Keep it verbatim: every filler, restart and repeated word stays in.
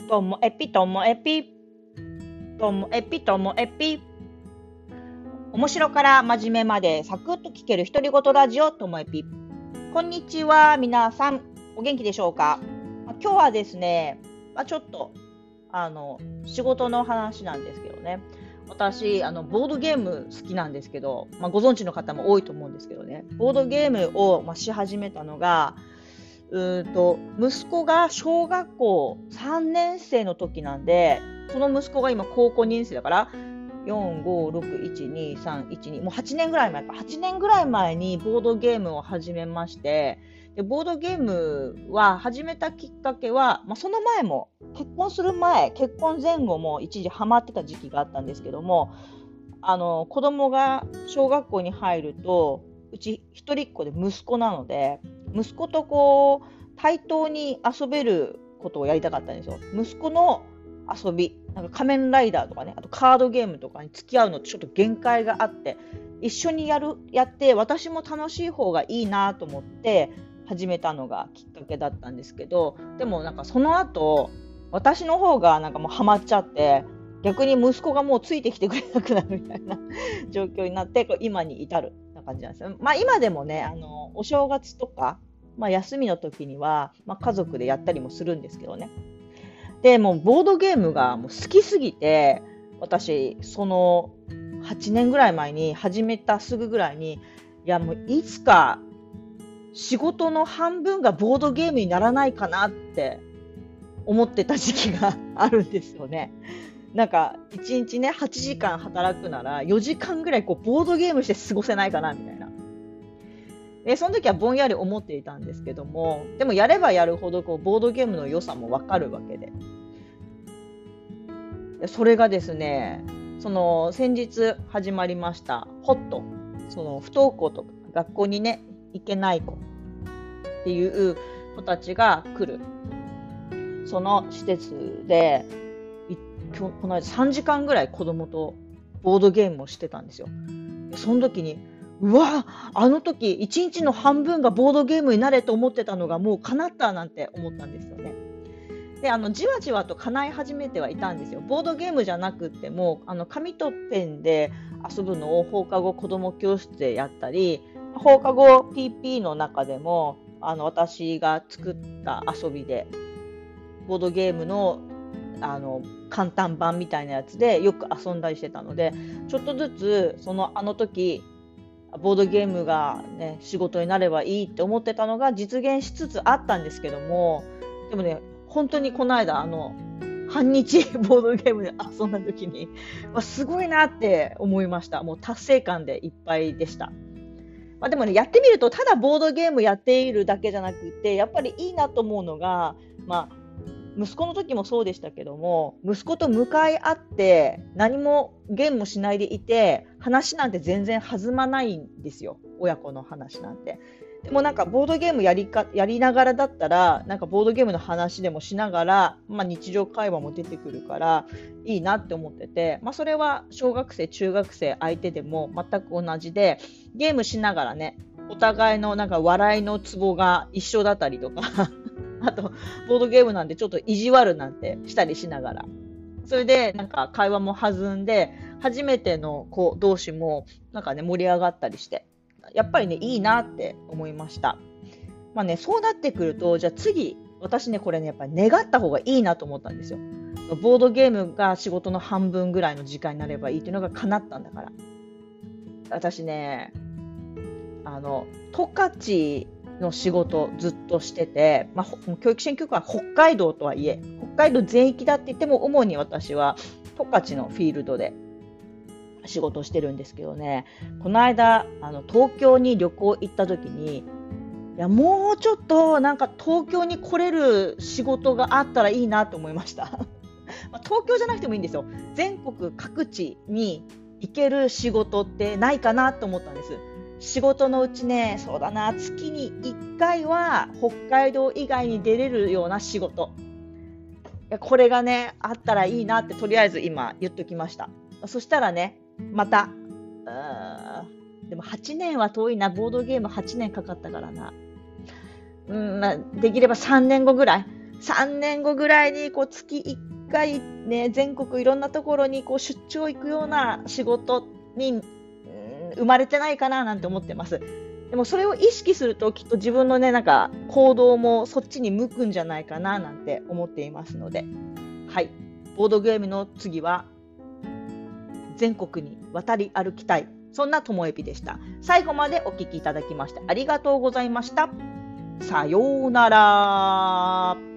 ともエピともエピともエピともエピ、面白から真面目までサクッと聞ける独り言ラジオともエピ。こんにちは、皆さんお元気でしょうか。まあ今日はですね、まあ、ちょっとあの仕事の話なんですけどね、私あのボードゲーム好きなんですけど、まあ、ご存知の方も多いと思うんですけどね、ボードゲームを、まあ、し始めたのがうーんと息子が小学校さんねん生の時なんで、その息子が今高校にねん生だからよん、ご、ろく、いち、に、さん、いち、に、もうはちねんぐらい前か。はちねんぐらい前にボードゲームを始めまして、でボードゲームは始めたきっかけは、まあ、その前も、結婚する前、結婚前後も一時ハマってた時期があったんですけども、あの、子供が小学校に入ると、うち一人っ子で息子なので、息子とこう、対等に遊べることをやりたかったんですよ。息子の遊び、なんか仮面ライダーとかね、あとカードゲームとかに付き合うのちょっと限界があって、一緒にやる、やって私も楽しい方がいいなと思って始めたのがきっかけだったんですけど、でもなんかその後、私の方がなんかもうハマっちゃって、逆に息子がもうついてきてくれなくなるみたいな状況になって、こう今に至るな感じなんですよ。まあ今でもね、あの、お正月とか、まあ休みの時には、まあ家族でやったりもするんですけどね。で、もうボードゲームがもう好きすぎて、私、そのはちねんぐらい前に始めたすぐぐらいに、いやもういつか仕事の半分がボードゲームにならないかなって思ってた時期があるんですよね。なんかいちにちね、はちじかん働くならよじかんぐらいこうボードゲームして過ごせないかなみたいな。で、その時はぼんやり思っていたんですけども、でもやればやるほどこうボードゲームの良さもわかるわけで。でそれがですね、その先日始まりましたホット、その不登校とか学校にね行けない子っていう子たちが来るその施設で、い今日この間さんじかんぐらい子供とボードゲームをしてたんですよ。でその時に、うわあの時いちにちの半分がボードゲームになれと思ってたのがもう叶ったなんて思ったんですよね。で、あのじわじわと叶い始めてはいたんですよ。ボードゲームじゃなくっても、あの紙とペンで遊ぶのを放課後子ども教室でやったり、放課後 ピーピー の中でもあの私が作った遊びでボードゲームのあの簡単版みたいなやつでよく遊んだりしてたので、ちょっとずつそのあの時ボードゲームが、ね、仕事になればいいって思ってたのが実現しつつあったんですけども、でもね、本当にこの間あの半日ボードゲームで遊んだ時に、まあ、すごいなって思いました。もう達成感でいっぱいでした。まあ、でもね、やってみるとただボードゲームやっているだけじゃなくて、やっぱりいいなと思うのが、まあ息子の時もそうでしたけども、息子と向かい合って何もゲームもしないでいて、話なんて全然弾まないんですよ、親子の話なんて。でもなんかボードゲームやりかやりながらだったら、なんかボードゲームの話でもしながら、まあ、日常会話も出てくるからいいなって思ってて、まあ、それは小学生中学生相手でも全く同じで、ゲームしながらね、お互いのなんか笑いのツボが一緒だったりとかあと、ボードゲームなんでちょっと意地悪なんてしたりしながら。それで、なんか会話も弾んで、初めての子同士も、なんかね、盛り上がったりして、やっぱりね、いいなって思いました。まあね、そうなってくると、じゃあ次、私ね、これね、やっぱり願った方がいいなと思ったんですよ。ボードゲームが仕事の半分ぐらいの時間になればいいっていうのが叶ったんだから。私ね、あの、十勝の仕事ずっとしてて、まあ、教育支援局は北海道とはいえ、北海道全域だって言っても、主に私は十勝のフィールドで仕事をしてるんですけどね、この間、あの東京に旅行行った時に、いや、もうちょっとなんか東京に来れる仕事があったらいいなと思いました。まあ東京じゃなくてもいいんですよ。全国各地に行ける仕事ってないかなと思ったんです。仕事のうちね、そうだな、月にいっかいは北海道以外に出れるような仕事。いや、これがね、あったらいいなってとりあえず今言っときました。そしたらね、また、うーんでもはちねんは遠いな、ボードゲームはちねんかかったからな。うん、まあ、できればさんねんごぐらい。 さんねんごぐらいにこう月いっかいね、全国いろんなところにこう出張行くような仕事に、うん、生まれてないかななんて思ってます。でもそれを意識するときっと自分のね、なんか行動もそっちに向くんじゃないかななんて思っていますので、はい。ボードゲームの次は全国に渡り歩きたい。そんなともえぴでした。最後までお聞きいただきましてありがとうございました。さようなら。